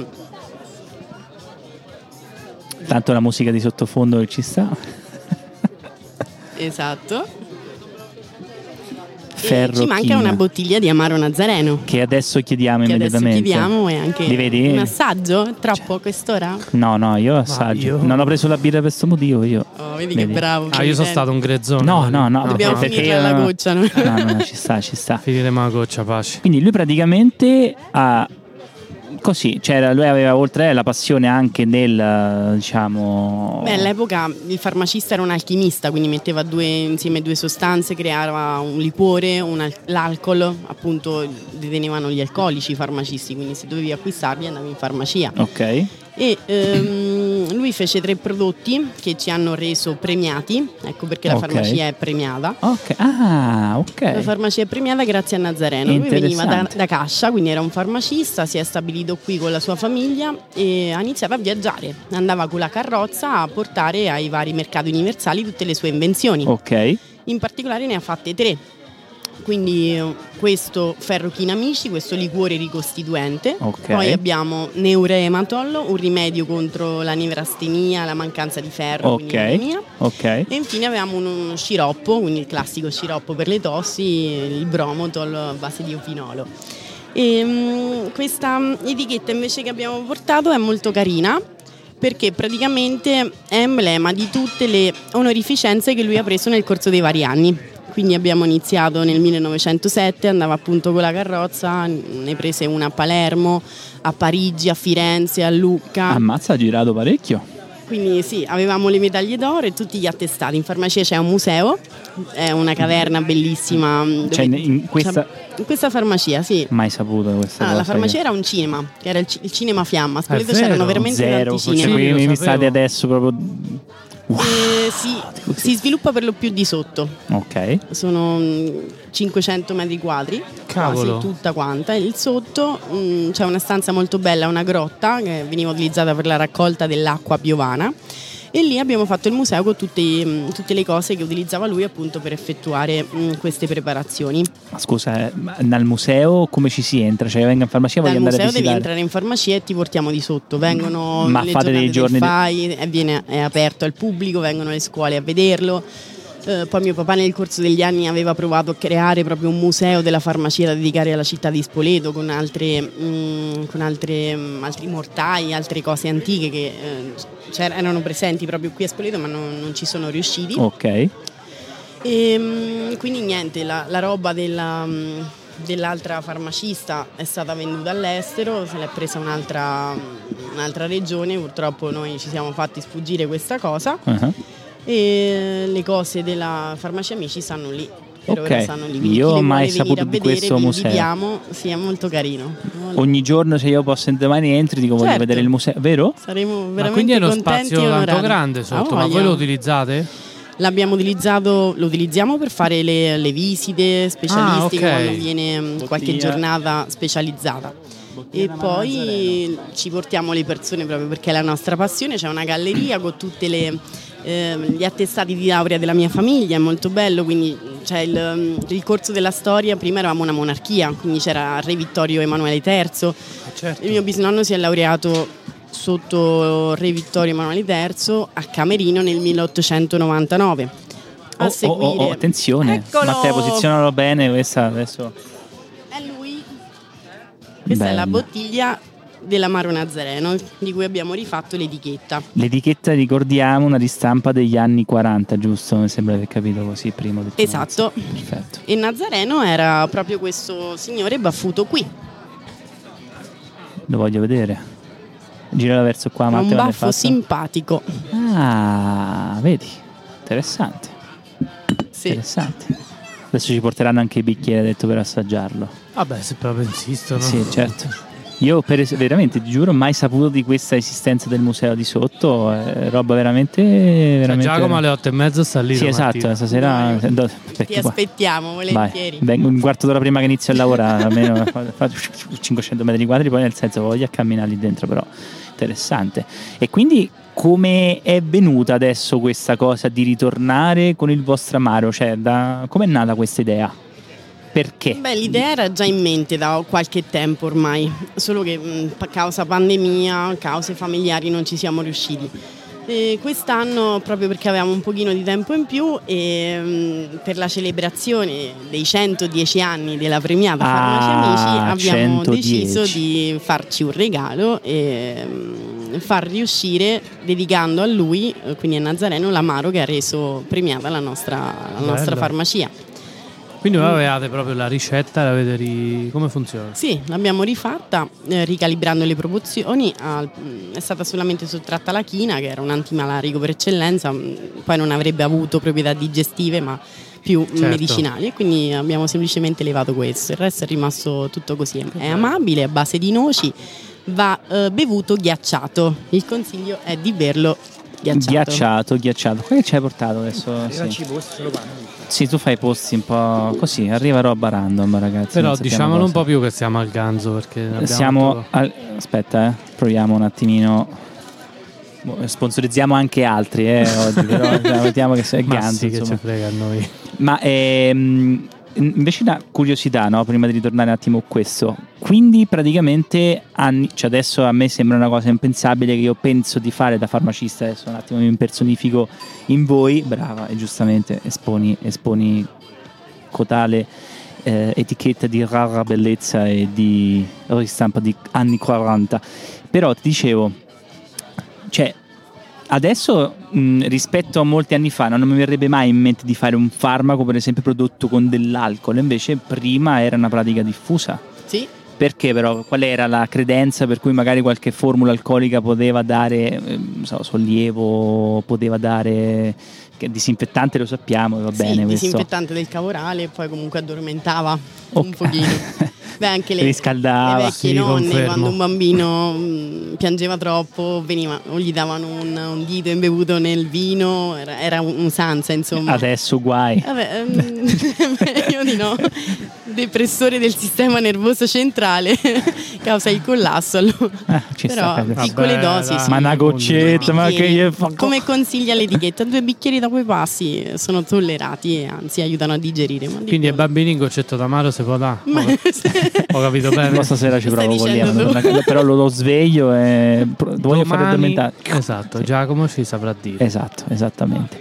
Tanto la musica di sottofondo che ci sta. Esatto. E Ferruchina. ci manca una bottiglia di Amaro Nazareno. Che adesso chiediamo Che adesso immediatamente. chiediamo e anche Li vedi? un assaggio? Troppo a quest'ora? No, io assaggio. io- Non ho preso la birra per questo motivo io. Oh, vedi Vedi? che bravo. Ah, io sono stato un grezzone. No, Dobbiamo perché finirla io- alla goccia, no? No, ci sta. Finiremo la goccia, pace. Quindi lui praticamente ha così, lui aveva oltre la passione anche del diciamo Beh, all'epoca il farmacista era un alchimista, quindi metteva insieme 2 sostanze, creava un liquore, l'alcol, appunto detenevano gli alcolici i farmacisti, quindi se dovevi acquistarli andavi in farmacia. ok. E lui fece 3 prodotti che ci hanno reso premiati, ecco perché la Ok. farmacia è premiata. Ok. La Ok. farmacia è premiata grazie a Nazareno. Lui veniva da Interessante. Cascia, quindi era un farmacista, si è stabilito qui con la sua famiglia e ha iniziato a viaggiare. Andava con la carrozza a portare ai vari mercati universali tutte le sue invenzioni. Ok. In particolare ne ha fatte 3. Quindi questo Ferruchina Amici, questo liquore ricostituente. Ok. Poi abbiamo Neurematol, un rimedio contro la nevrastenia, la mancanza di ferro, quindi l'anemia. Ok. E infine avevamo uno sciroppo, quindi il classico sciroppo per le tossi, il Bromotol a base di opinolo. E, questa etichetta invece che abbiamo portato è molto carina perché praticamente è emblema di tutte le onorificenze che lui ha preso nel corso dei vari anni. Quindi abbiamo iniziato nel 1907, andava appunto con la carrozza, ne prese una a Palermo, a Parigi, a Firenze, a Lucca. Ammazza, ha girato parecchio. Quindi sì, avevamo le medaglie d'oro e tutti gli attestati. In farmacia c'è un museo, è una caverna bellissima. Cioè, in questa in questa farmacia, sì. mai saputo questa cosa. La farmacia era un cinema, che era il cinema Fiamma. A Spoleto vero? c'erano veramente Zero, tanti cioè, cinema. Sì, lo mi sapevo. state adesso proprio Si sviluppa per lo più di sotto. ok. Sono 500 metri quadri, Cavolo. quasi tutta quanta. E il sotto c'è una stanza molto bella, una grotta che veniva utilizzata per la raccolta dell'acqua piovana. E lì abbiamo fatto il museo con tutte le cose che utilizzava lui appunto per effettuare queste preparazioni. Ma scusa, ma dal museo come ci si entra? Cioè, vengo in farmacia e Dal voglio andare a museo devi visitare. entrare in farmacia e ti portiamo di sotto. Vengono Ma le fate dei giornate giorni del FAI, è aperto al pubblico, vengono le scuole a vederlo. Poi mio papà nel corso degli anni aveva provato a creare proprio un museo della farmacia da dedicare alla città di Spoleto con altri mortai, altre cose antiche che erano presenti proprio qui a Spoleto ma non ci sono riusciti. Ok. E quindi niente, la roba dell'altra farmacista è stata venduta all'estero, se l'è presa un'altra regione, purtroppo noi ci siamo fatti sfuggire questa cosa. Uh-huh. E le cose della farmacia Amici stanno lì. Per Ok. ora stanno lì. Io Chi le ho mai vuole venire saputo a di vedere, questo vi museo. invitiamo. Sì, è molto carino. Ogni giorno se io posso domani entri dico voglio Certo. vedere il museo, vero? Saremo veramente Ma quindi è uno contenti spazio e tanto onorati. grande sotto, ma voglia. voi lo utilizzate? L'abbiamo utilizzato, lo utilizziamo per fare le visite specialistiche Ah, ok. quando viene qualche Bottiglia. giornata specializzata. e poi ci portiamo le persone proprio perché è la nostra passione. C'è una galleria con tutte gli attestati di laurea della mia famiglia, è molto bello, quindi c'è il corso della storia. Prima eravamo una monarchia, quindi c'era Re Vittorio Emanuele III, certo. Il mio bisnonno si è laureato sotto Re Vittorio Emanuele III a Camerino nel 1899. A seguire... attenzione, Eccolo! Matteo, posizionalo bene questa adesso. È lui. Questa è la bottiglia dell'Amaro Nazareno, di cui abbiamo rifatto l'etichetta. L'etichetta, ricordiamo, una ristampa degli anni 40, giusto? Mi sembra di aver capito così prima. Esatto. Perfetto. E Nazareno era proprio questo signore baffuto qui. Lo voglio vedere. Girala verso qua, Ha Matteo. un baffo simpatico. Ah, vedi? Interessante. Sì. Interessante. Adesso ci porteranno anche i bicchieri, detto, per assaggiarlo. Vabbè, se proprio insistono. Sì, certo. Io veramente, ti giuro, mai saputo di questa esistenza del museo di sotto. È roba veramente Giacomo alle 8:30 sta lì. Sì, esatto, stasera Ti aspettiamo volentieri. Vengo un quarto d'ora prima che inizio a lavorare, almeno faccio 500 metri quadri, poi nel senso voglio camminare lì dentro, però interessante. E quindi come è venuta adesso questa cosa di ritornare con il vostro Amaro? Cioè, come è nata questa idea? Perché? Beh, l'idea era già in mente da qualche tempo ormai, solo che causa pandemia, cause familiari non ci siamo riusciti. E quest'anno, proprio perché avevamo un pochino di tempo in più e per la celebrazione dei 110 anni della premiata Farmaci Amici abbiamo 110. deciso di farci un regalo e far riuscire, dedicando a lui, quindi a Nazareno, l'Amaro che ha reso premiata la nostra farmacia. Quindi voi avevate proprio la ricetta, come funziona? Sì, l'abbiamo rifatta ricalibrando le proporzioni, è stata solamente sottratta la china, che era un antimalarico per eccellenza, poi non avrebbe avuto proprietà digestive ma più medicinali, e quindi abbiamo semplicemente levato questo. Il resto è rimasto tutto così, è amabile, a base di noci, va bevuto ghiacciato. Il consiglio è di berlo ghiacciato. Come ci hai portato adesso? Sì, tu fai posti un po' così, arriva roba random, ragazzi. Però diciamolo un po' più che siamo al ganzo, perché aspetta, proviamo un attimino. Sponsorizziamo anche altri oggi, però vediamo che sei il ganzo. Sì, che ci frega a noi. Ma invece una curiosità, no? Prima di ritornare un attimo a questo. Quindi praticamente adesso a me sembra una cosa impensabile che io penso di fare da farmacista. Adesso un attimo mi impersonifico in voi. Brava, e giustamente esponi cotale etichetta di rara bellezza e di ristampa di anni 40. Però ti dicevo, cioè adesso rispetto a molti anni fa non mi verrebbe mai in mente di fare un farmaco, per esempio, prodotto con dell'alcol. Invece prima era una pratica diffusa. Sì. Perché però? Qual era la credenza per cui magari qualche formula alcolica poteva dare sollievo, poteva dare disinfettante, lo sappiamo, va bene. Disinfettante del cavorale e poi comunque addormentava un pochino. Beh, anche le vecchie nonne, confermo. Quando un bambino piangeva troppo o gli davano un dito imbevuto nel vino, era un'usanza, insomma. Adesso guai. Vabbè, io di no. Depressore del sistema nervoso centrale causa il collasso, allora. Però piccole dosi, sì. Ma una goccetta, ma che gli fa? Come consiglia l'etichetta, 2 bicchieri dopo i passi sono tollerati e anzi aiutano a digerire. Quindi ai bambini in goccetto d'amaro si può dare? Ho capito bene. Stasera ci provo con Liam, però lo sveglio e voglio fare addormentare. Esatto, Giacomo ci saprà dire. Esatto, esattamente.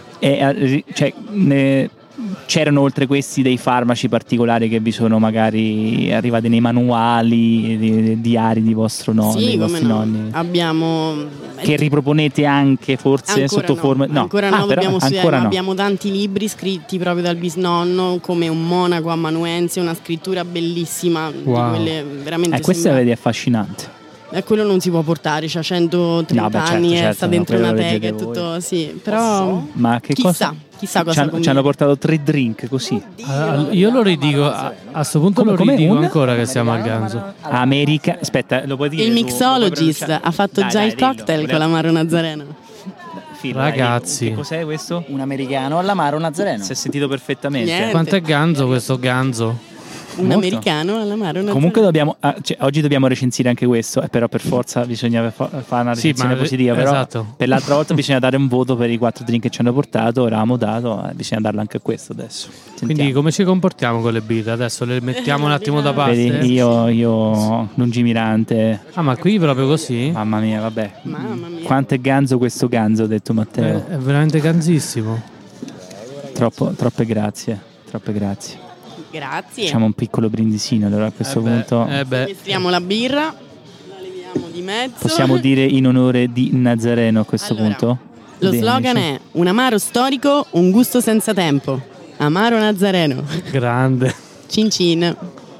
C'erano oltre questi dei farmaci particolari che vi sono magari arrivati nei manuali diari di vostri nonni? Abbiamo che riproponete anche forse ancora sotto forma ancora no, dobbiamo studiare, no. Abbiamo tanti libri scritti proprio dal bisnonno, come Un monaco amanuense, una scrittura bellissima, di quelle veramente questa è affascinante. Quello non si può portare, c'ha 130 anni, sta dentro una teca e tutto, sì, però ma che chissà cosa ci hanno portato 3 drink così. Io lo ridico, a sto punto ancora che siamo al ganzo. Aspetta, lo puoi dire? Il mixologist ha fatto già il cocktail con l'Amaro Nazareno. Ragazzi, che cos'è questo? Un americano all'Amaro Nazareno. Si è sentito perfettamente. Niente. Quanto è ganzo questo ganzo? Un americano all'amaro nazareno. Comunque oggi dobbiamo recensire anche questo, però per forza bisogna fare una recensione positiva. Però esatto. Per l'altra volta bisogna dare un voto per i 4 drink che ci hanno portato, eravamo dato, bisogna darlo anche a questo adesso. Sentiamo. Quindi come ci comportiamo con le birre? Adesso le mettiamo un attimo da parte. Vedi, io lungimirante. Ah, ma qui proprio così? Mamma mia, vabbè. Mamma mia. Quanto è ganzo questo ganzo, ha detto Matteo. È veramente ganzissimo. Troppe grazie. Grazie. Facciamo un piccolo brindisino allora a questo punto. Mestriamo la birra, la leviamo di mezzo. Possiamo dire in onore di Nazareno a questo punto? Lo slogan è un amaro storico, un gusto senza tempo. Amaro Nazareno. Grande. Cin cin.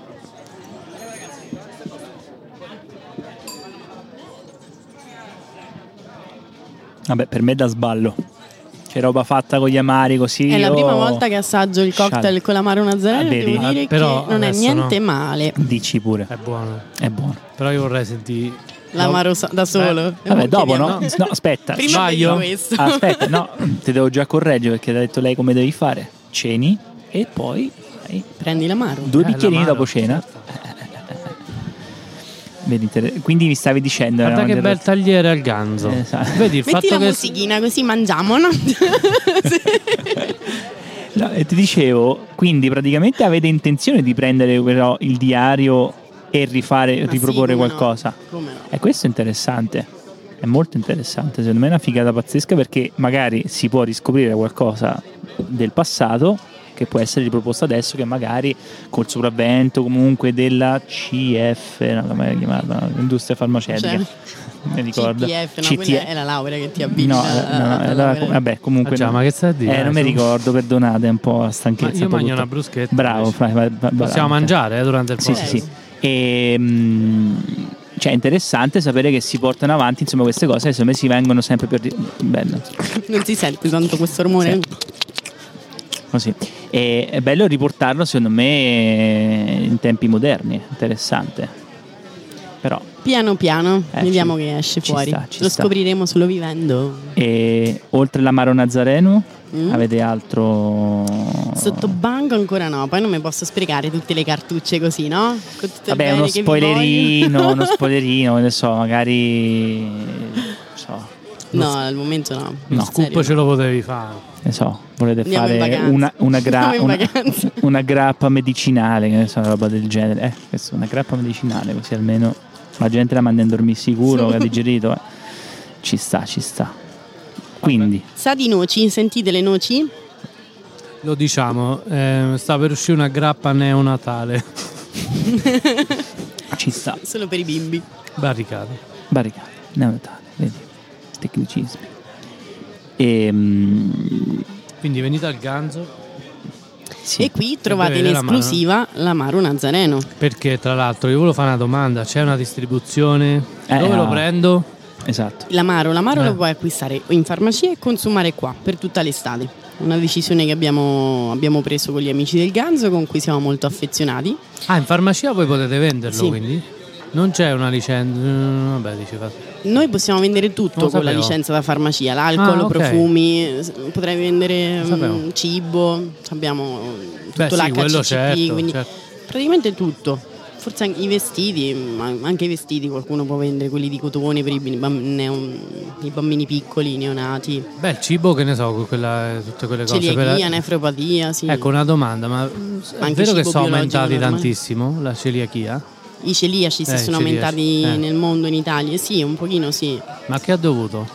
Vabbè, per me da sballo. C'è roba fatta con gli amari così. È la prima volta che assaggio il cocktail con l'amaro Nazareno. Devo dire però che non è niente male. Dici pure. È buono. È buono. Però io vorrei sentire l'amaro da solo. Vabbè, dopo no? No, aspetta. Prima sbaglio. Questo. Aspetta, no, ti devo già correggere perché ha detto lei come devi fare. Ceni e poi prendi l'amaro. 2 bicchierini dopo cena. Vedi, quindi mi stavi dicendo. Guarda che bel tagliere al ganzo. Vedi il metti fatto la che musichina così mangiamo, no? No, e ti dicevo, quindi praticamente avete intenzione di prendere però il diario e riproporre qualcosa. No. Come no? E questo è interessante. È molto interessante, secondo me è una figata pazzesca perché magari si può riscoprire qualcosa del passato che può essere riproposto adesso, che magari col sopravvento comunque della CF, non l'ho mai chiamata, l'industria farmaceutica, mi ricordo. CTF, quella è la laurea che ti abbina. Vabbè, comunque ma che stai a dire? non mi ricordo, perdonate, è un po' a stanchezza. Ma io mangio una bruschetta. Bravo, possiamo mangiare durante il podcast. Sì. E cioè è interessante sapere che si portano avanti insomma queste cose, secondo me si vengono sempre più bello. Non si sente tanto questo rumore? Così. E è bello riportarlo secondo me in tempi moderni, interessante. Però piano piano vediamo che esce fuori. Lo scopriremo solo vivendo. E oltre l'amaro Nazareno avete altro? Sotto banco ancora no, poi non mi posso sprecare tutte le cartucce così, no? Con tutte vabbè, uno spoilerino, adesso magari no, al momento no. Lo scoop ce lo potevi fare. Ne so, volete andiamo fare una grappa medicinale, che ne so, una roba del genere. Questa è una grappa medicinale, così almeno la gente la manda in dormire sicuro, che ha digerito. Ci sta. Quindi sa di noci, sentite le noci? Lo diciamo, sta per uscire una grappa neonatale. Ci sta. Solo per i bimbi. Barricate, neonatale, vedi, tecnicismi. Quindi venite al ganzo. Sì. E qui trovate in esclusiva l'amaro Nazareno. Perché tra l'altro io volevo fare una domanda, c'è una distribuzione? Dove lo prendo? Esatto. L'amaro lo puoi acquistare in farmacia e consumare qua per tutta l'estate. Una decisione che abbiamo preso con gli amici del ganzo, con cui siamo molto affezionati. Ah, in farmacia voi potete venderlo, sì. Quindi? Non c'è una licenza? Vabbè, noi possiamo vendere tutto con la licenza da farmacia, l'alcol, profumi, potrei vendere cibo, abbiamo tutto l'HCCP, quindi praticamente tutto. Forse anche i vestiti, anche i vestiti qualcuno può vendere, quelli di cotone per i bambini piccoli, neonati. Beh, il cibo, che ne so, tutte quelle cose. Celiachia, nefropatia, sì. Ecco, una domanda, ma è vero che sono aumentati tantissimo la celiachia? I celiaci si sono aumentati nel mondo, in Italia, sì, un pochino sì. Ma che ha dovuto?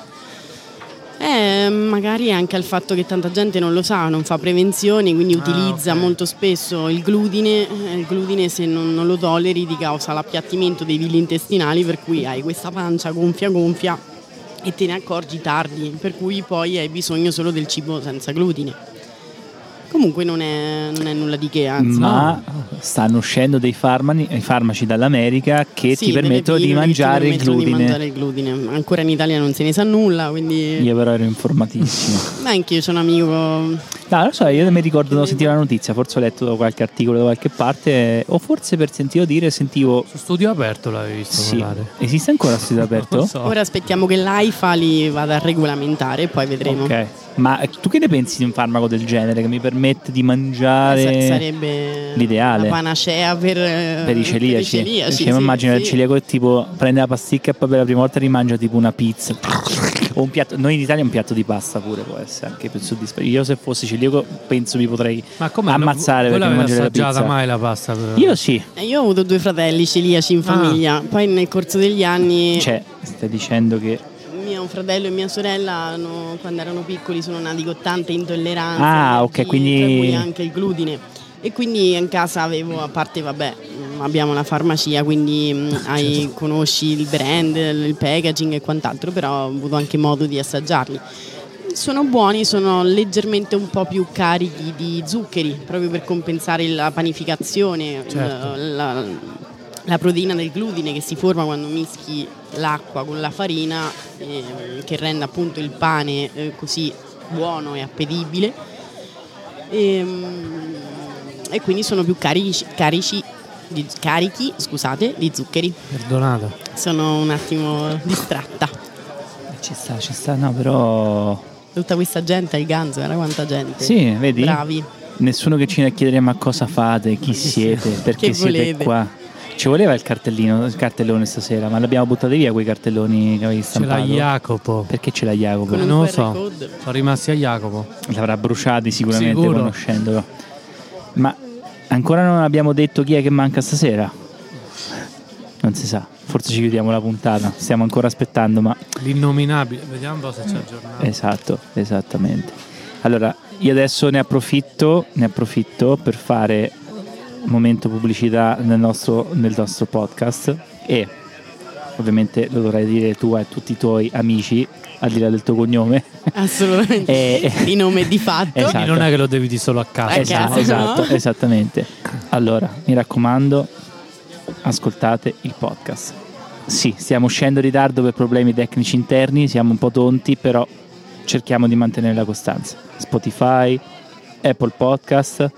Magari anche al fatto che tanta gente non lo sa, non fa prevenzioni, quindi utilizza molto spesso il glutine. Il glutine, se non lo tolleri, ti causa l'appiattimento dei villi intestinali, per cui hai questa pancia gonfia e te ne accorgi tardi, per cui poi hai bisogno solo del cibo senza glutine. Comunque non è nulla di che, anzi. Ma stanno uscendo dei farmaci dall'America che ti permettono di mangiare il glutine. Ancora in Italia non se ne sa nulla, quindi. Io però ero informatissimo. Ma anche io sono un amico. No, lo so, io mi ricordo, sentivo la notizia, forse ho letto da qualche articolo da qualche parte, o forse per sentito dire, sentivo. Su Studio Aperto l'avevi visto? Sì. Esiste ancora Studio Aperto? So. Ora aspettiamo che l'AIFA li vada a regolamentare e poi vedremo. Ok. Ma tu che ne pensi di un farmaco del genere che mi permette di mangiare? Sarebbe l'ideale, la panacea per i celiaci. Cioè, Sì, immagino il celiaco che tipo prende la pasticca e poi per la prima volta rimangia tipo una pizza o un piatto. Noi in Italia un piatto di pasta pure può essere anche più soddisfacente. Io se fossi celiaco penso mi potrei ammazzare perché non mangiare la pizza. mai la pasta? Io sì. Io ho avuto 2 fratelli celiaci in famiglia, poi nel corso degli anni... Cioè, stai dicendo che... Un fratello e mia sorella quando erano piccoli sono nati con tante intolleranze. Ok, quindi... tra cui anche il glutine. E quindi in casa avevo, a parte abbiamo la farmacia, quindi conosci il brand, il packaging e quant'altro, però ho avuto anche modo di assaggiarli. Sono buoni, sono leggermente un po' più carichi di zuccheri, proprio per compensare la panificazione, certo. La proteina del glutine che si forma quando mischi l'acqua con la farina, che rende appunto il pane così buono e appetibile, e quindi sono più carichi di zuccheri. Perdonata. Sono un attimo distratta. Ci sta, no, però... Tutta questa gente al ganzo, era quanta gente. Sì, vedi? Bravi. Nessuno che ci chiederemo ma cosa fate, chi siete, perché che siete volete? Qua. Ci voleva il cartellone stasera, ma l'abbiamo buttati via quei cartelloni che avevi stampato. Ce l'ha Jacopo. Perché ce l'ha Jacopo? Non lo so. Sono rimasti a Jacopo. L'avrà bruciati sicuramente. Sicuro. Conoscendolo. Ma ancora non abbiamo detto chi è che manca stasera? Non si sa. Forse ci chiudiamo la puntata. Stiamo ancora aspettando, ma... L'innominabile. Vediamo un po' se c'è aggiornato. Esatto, esattamente. Allora, io adesso ne approfitto per fare momento pubblicità nel nostro podcast e ovviamente lo dovrai dire tu a tutti i tuoi amici al di là del tuo cognome. Assolutamente. Di nome e di fatto. Esatto. Non è che lo devi dire solo a casa. Esatto, esattamente. Allora, mi raccomando, ascoltate il podcast. Sì, stiamo uscendo in ritardo per problemi tecnici interni, siamo un po' tonti, però cerchiamo di mantenere la costanza. Spotify, Apple Podcast,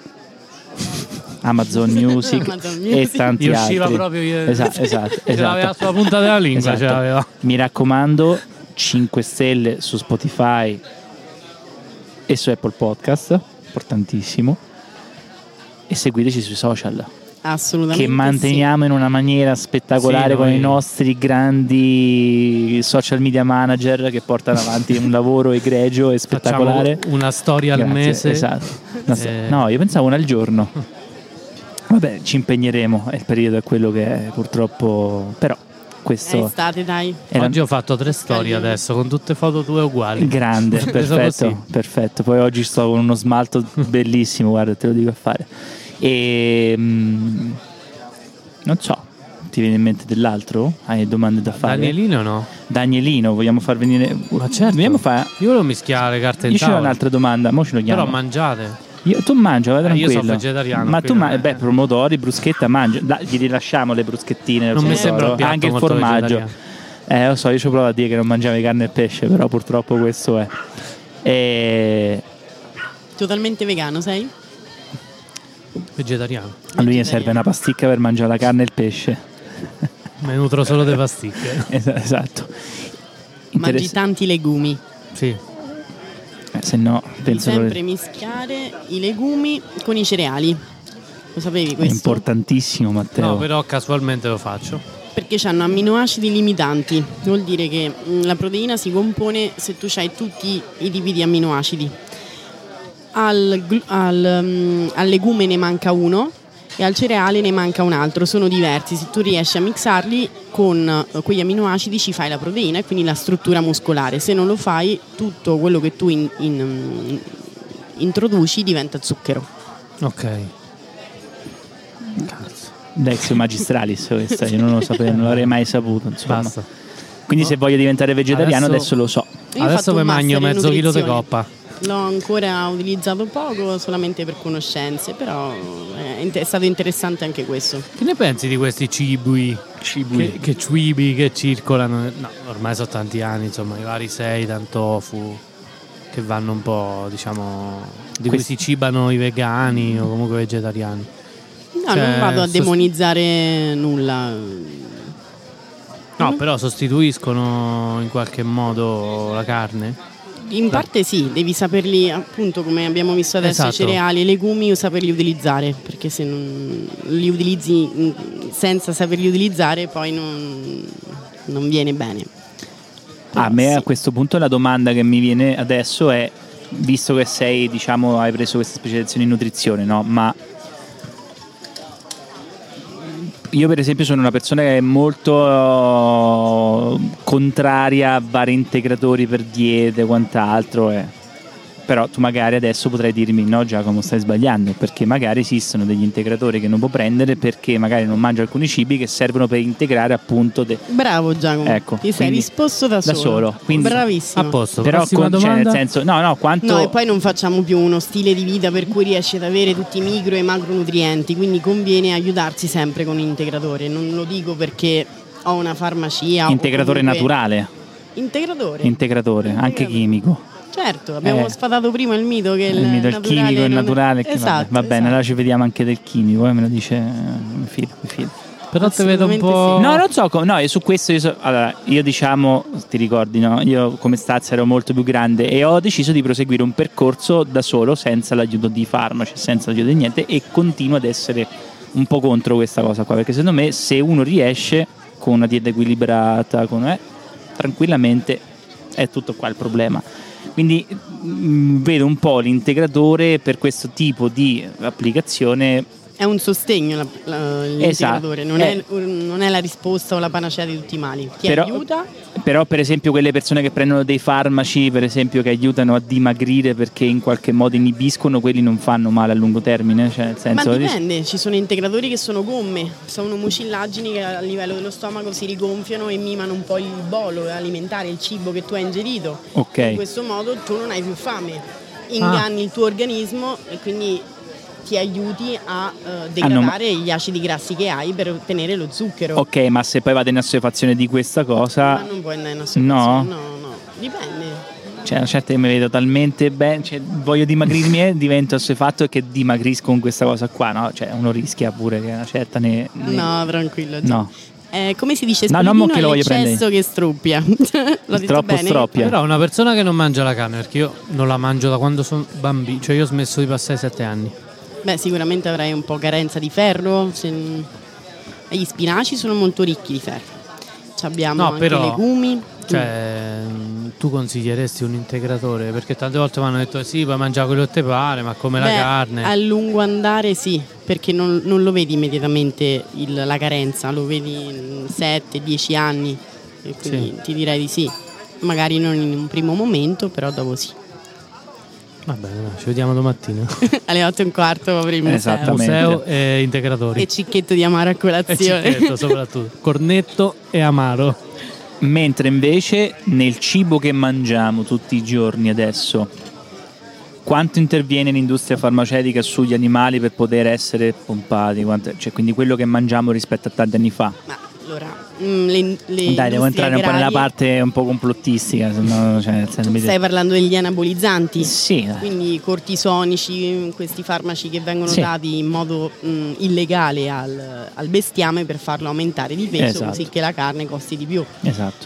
Amazon Music e tanti altri. Usciva proprio ieri. Esatto. Aveva sulla punta della lingua. Esatto. Mi raccomando, 5 stelle su Spotify e su Apple Podcast, importantissimo, e seguiteci sui social. Assolutamente. Che manteniamo in una maniera spettacolare con i nostri grandi social media manager che portano avanti un lavoro egregio e spettacolare. Facciamo una storia al mese. Esatto. No, io pensavo una al giorno. Vabbè, ci impegneremo, il periodo è quello che è purtroppo, però questo... estate, dai. Oggi ho fatto 3 storie adesso, con tutte foto tue uguali. Grande, perfetto. Poi oggi sto con uno smalto bellissimo, guarda, te lo dico a fare. E non so, ti viene in mente dell'altro? Hai domande da fare? Danielino no? Danielino, vogliamo far venire? Ma certo, io volevo mischiare le carte in tavola. Io c'ho un'altra domanda, mo ce lo chiamo. Però mangiate. Tu mangi, vai tranquillo. Io sono vegetariano. Ma tu pomodori, bruschetta, mangi. Gli rilasciamo le bruschettine. Non mi sembra un piatto anche il formaggio. Lo so, io ci provo a dire che non mangiavi carne e pesce, però purtroppo questo è. Totalmente vegano, sei? Vegetariano. A lui gli serve una pasticca per mangiare la carne e il pesce. Mi nutro solo delle pasticche. Esatto. Mangi tanti legumi. Sì. Se no, penso sempre mischiare i legumi con i cereali. Lo sapevi questo? È importantissimo, Matteo. No, però casualmente lo faccio. Perché hanno amminoacidi limitanti. Vuol dire che la proteina si compone se tu hai tutti i tipi di amminoacidi. Al legume ne manca uno e al cereale ne manca un altro, sono diversi. Se tu riesci a mixarli con quegli amminoacidi ci fai la proteina e quindi la struttura muscolare. Se non lo fai, tutto quello che tu introduci diventa zucchero. Ok. Cazzo. Lexio magistralis questa, io non lo sapevo, non l'avrei mai saputo, insomma. Basta. Quindi se voglio diventare vegetariano adesso lo so. Adesso mi mangio mezzo chilo di coppa. L'ho ancora utilizzato poco, solamente per conoscenze, però è stato interessante anche questo. Che ne pensi di questi cibi che circolano? No, ormai sono tanti anni, insomma, i vari seitan, tofu, che vanno un po', diciamo, di cui si cibano i vegani o comunque vegetariani. No, non vado a demonizzare nulla. No, però sostituiscono in qualche modo la carne? In parte sì, devi saperli, appunto, come abbiamo visto adesso, i cereali, i legumi, saperli utilizzare, perché se non li utilizzi senza saperli utilizzare poi non viene bene. A me a questo punto la domanda che mi viene adesso è, visto che sei, diciamo, hai preso questa specializzazione in nutrizione, no? Ma io per esempio sono una persona che è molto contraria a vari integratori per diete e quant'altro, però tu magari adesso potrai dirmi no Giacomo, stai sbagliando, perché magari esistono degli integratori che non può prendere perché magari non mangia alcuni cibi che servono per integrare appunto Bravo Giacomo, ecco, ti sei risposto da solo. Quindi, bravissimo. A posto. Però nel senso quanto... No, e poi non facciamo più uno stile di vita per cui riesci ad avere tutti i micro e macronutrienti, quindi conviene aiutarsi sempre con un integratore. Non lo dico perché ho una farmacia integratore naturale, integratore anche chimico. Certo, abbiamo sfatato prima il mito che il mito, il chimico e il naturale. Esatto, va bene, allora ci vediamo anche del chimico, me lo dice, mi fido. Però te vedo un po'... Sì. No, non so, e su questo io diciamo, ti ricordi, no? Io come stazza ero molto più grande e ho deciso di proseguire un percorso da solo, senza l'aiuto di farmaci, senza l'aiuto di niente, e continuo ad essere un po' contro questa cosa qua, perché secondo me se uno riesce con una dieta equilibrata, tranquillamente è tutto qua il problema. Quindi vedo un po' l'integratore per questo tipo di applicazione. È un sostegno l'integratore, non è la risposta o la panacea di tutti i mali. Ti aiuta. Però per esempio quelle persone che prendono dei farmaci, per esempio, che aiutano a dimagrire perché in qualche modo inibiscono, quelli non fanno male a lungo termine, cioè nel senso... Ma dipende, ci sono integratori che sono gomme, sono mucillagini che a livello dello stomaco si rigonfiano e mimano un po' il bolo alimentare, il cibo che tu hai ingerito. Okay. In questo modo tu non hai più fame, inganni il tuo organismo e quindi ti aiuti a degradare gli acidi grassi che hai per ottenere lo zucchero. Ok, ma se poi vado in assuefazione di questa cosa... Ma non puoi andare in assuefazione, no, dipende. Cioè, una certa che mi vedo talmente bene, cioè, voglio dimagrirmi e divento assuefatto che dimagrisco con questa cosa qua, no? Cioè, uno rischia pure che una certa No, tranquillo. No. Come si dice, non che lo voglio l'eccesso che stroppia. L'ho detto troppo bene? stroppia. Però una persona che non mangia la carne, perché io non la mangio da quando sono bambino, cioè io ho smesso di passare 7 anni. Beh, sicuramente avrai un po' carenza di ferro. Gli spinaci sono molto ricchi di ferro. Abbiamo anche legumi. Cioè, tu consiglieresti un integratore? Perché tante volte mi hanno detto sì, puoi mangiare quello che ti pare, ma come la carne. A lungo andare sì, perché non lo vedi immediatamente la carenza, lo vedi in 7-10 anni. E quindi ti direi di sì. Magari non in un primo momento, però dopo sì. Va bene, ci vediamo domattina. Alle 8:15 per il museo e integratori. E cicchetto di amaro a colazione. E cicchetto soprattutto. Cornetto e amaro. Mentre invece nel cibo che mangiamo tutti i giorni adesso, quanto interviene l'industria farmaceutica sugli animali per poter essere pompati? Cioè, quindi quello che mangiamo rispetto a tanti anni fa? Ma allora, dai, devo entrare un po' nella parte un po' complottistica, stai parlando degli anabolizzanti? Sì. Quindi cortisonici, questi farmaci che vengono dati in modo illegale al bestiame per farlo aumentare di peso, così che la carne costi di più. Esatto.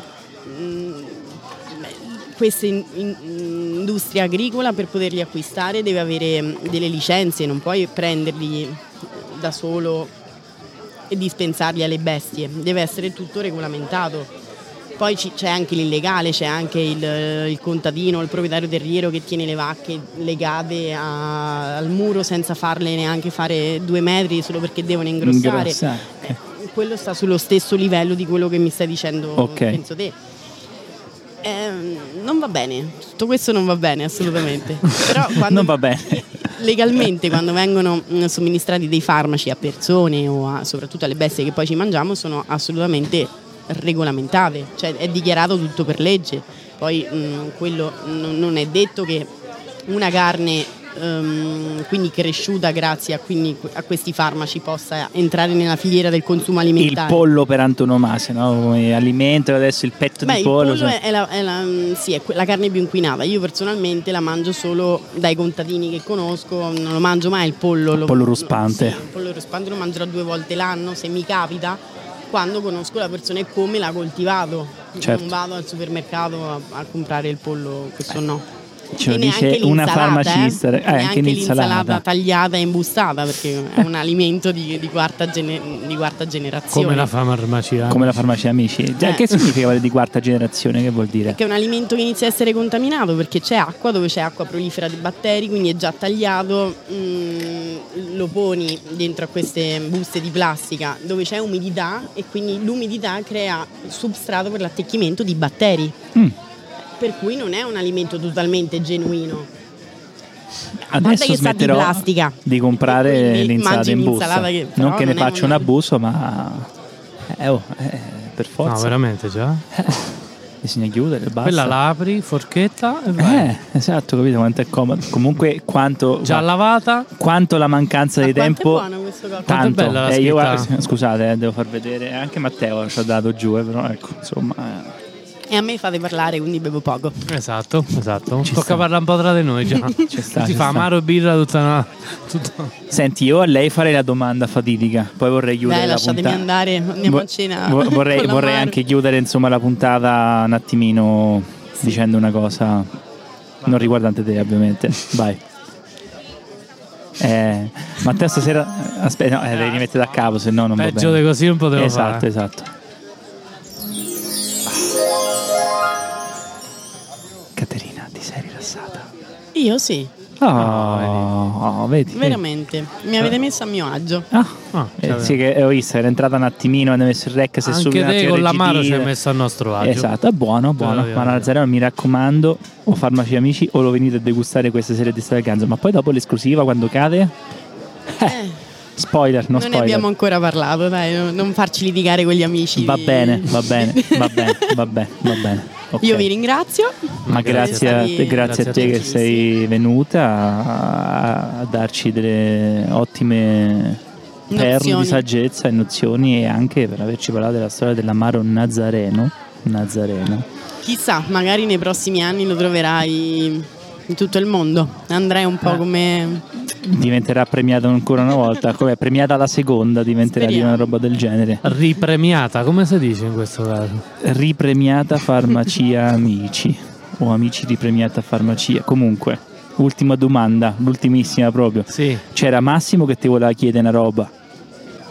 Questa industria agricola, per poterli acquistare, deve avere delle licenze, non puoi prenderli da solo e dispensarli alle bestie, deve essere tutto regolamentato. Poi c'è anche l'illegale, c'è anche il contadino, il proprietario terriero che tiene le vacche legate al muro senza farle neanche fare 2 metri solo perché devono ingrossare. Quello sta sullo stesso livello di quello che mi stai dicendo, penso te. Non va bene, tutto questo non va bene assolutamente. Però quando non va bene. Legalmente, quando vengono somministrati dei farmaci a persone o soprattutto alle bestie che poi ci mangiamo, sono assolutamente regolamentate, cioè è dichiarato tutto per legge. Poi quello non è detto che una carne quindi cresciuta grazie a questi farmaci possa entrare nella filiera del consumo alimentare. Il pollo per antonomasia, no? Come alimento, adesso il petto di pollo. Il pollo è la carne più inquinata. Io personalmente la mangio solo dai contadini che conosco, non lo mangio mai il pollo. Il pollo ruspante. Il pollo ruspante lo mangerò 2 volte l'anno se mi capita, quando conosco la persona e come l'ha coltivato. Certo. Non vado al supermercato a comprare il pollo, questo no. Ce lo dice una farmacista, anche l'insalata tagliata e imbustata, perché è un alimento di quarta generazione. Come la farmacia. Come la farmacia Amici. Che significa di quarta generazione? Che vuol dire? Perché è un alimento che inizia a essere contaminato, perché c'è acqua, dove c'è acqua prolifera di batteri, quindi è già tagliato, lo poni dentro a queste buste di plastica dove c'è umidità, e quindi l'umidità crea substrato per l'attecchimento di batteri. Per cui non è un alimento totalmente genuino. Adesso che smetterò di plastica, comprare l'insalata in busta. Non che ne faccio un abuso, ma per forza. No, veramente già. Bisogna chiudere, basta. Quella la apri, forchetta e vai. Esatto, capito quanto è comodo. Comunque quanto già lavata, quanto la mancanza di tempo. È buono questo cocktail. Tanto. È bella la Scusate, devo far vedere. Anche Matteo ci ha dato giù, però ecco, insomma. E a me fate parlare, quindi bevo poco. Esatto. Tocca parlare un po' tra di noi già. Si fa amaro e birra tutta. Senti, io a lei farei la domanda fatidica, poi vorrei chiudere la puntata. Lasciatemi andare, andiamo a cena. Vorrei anche chiudere insomma la puntata un attimino dicendo una cosa non riguardante te, ovviamente. Vai. Matteo stasera aspetta, devi rimettere da capo, se no non va bene. Peggio di così non potevo fare. Esatto. Caterina, ti sei rilassata? Io sì. Vedi. Veramente, mi avete messo a mio agio. Sì, che ho visto, era entrata un attimino, hanno messo il rec. Se anche te con l'amaro ci hai messo al nostro agio. Esatto, è buono. Ma Nazareno, mi raccomando, o Farmaci Amici o lo venite a degustare queste sere di Stravaganza. Ma poi dopo l'esclusiva quando cade? Spoiler, non ne abbiamo ancora parlato, dai, non farci litigare con gli amici. Va bene. Okay. Io vi ringrazio. Ma grazie a te che sei venuta a darci delle ottime perle di saggezza e nozioni, e anche per averci parlato della storia dell'amaro Nazareno. Chissà, magari nei prossimi anni lo troverai in tutto il mondo. Andrei un po' come... Diventerà premiata ancora una volta, come premiata la seconda, diventerà di una roba del genere. Ripremiata, come si dice in questo caso? Ripremiata Farmacia Amici, o Amici ripremiata Farmacia. Comunque, ultima domanda, l'ultimissima proprio. Sì. C'era Massimo che ti voleva chiedere una roba.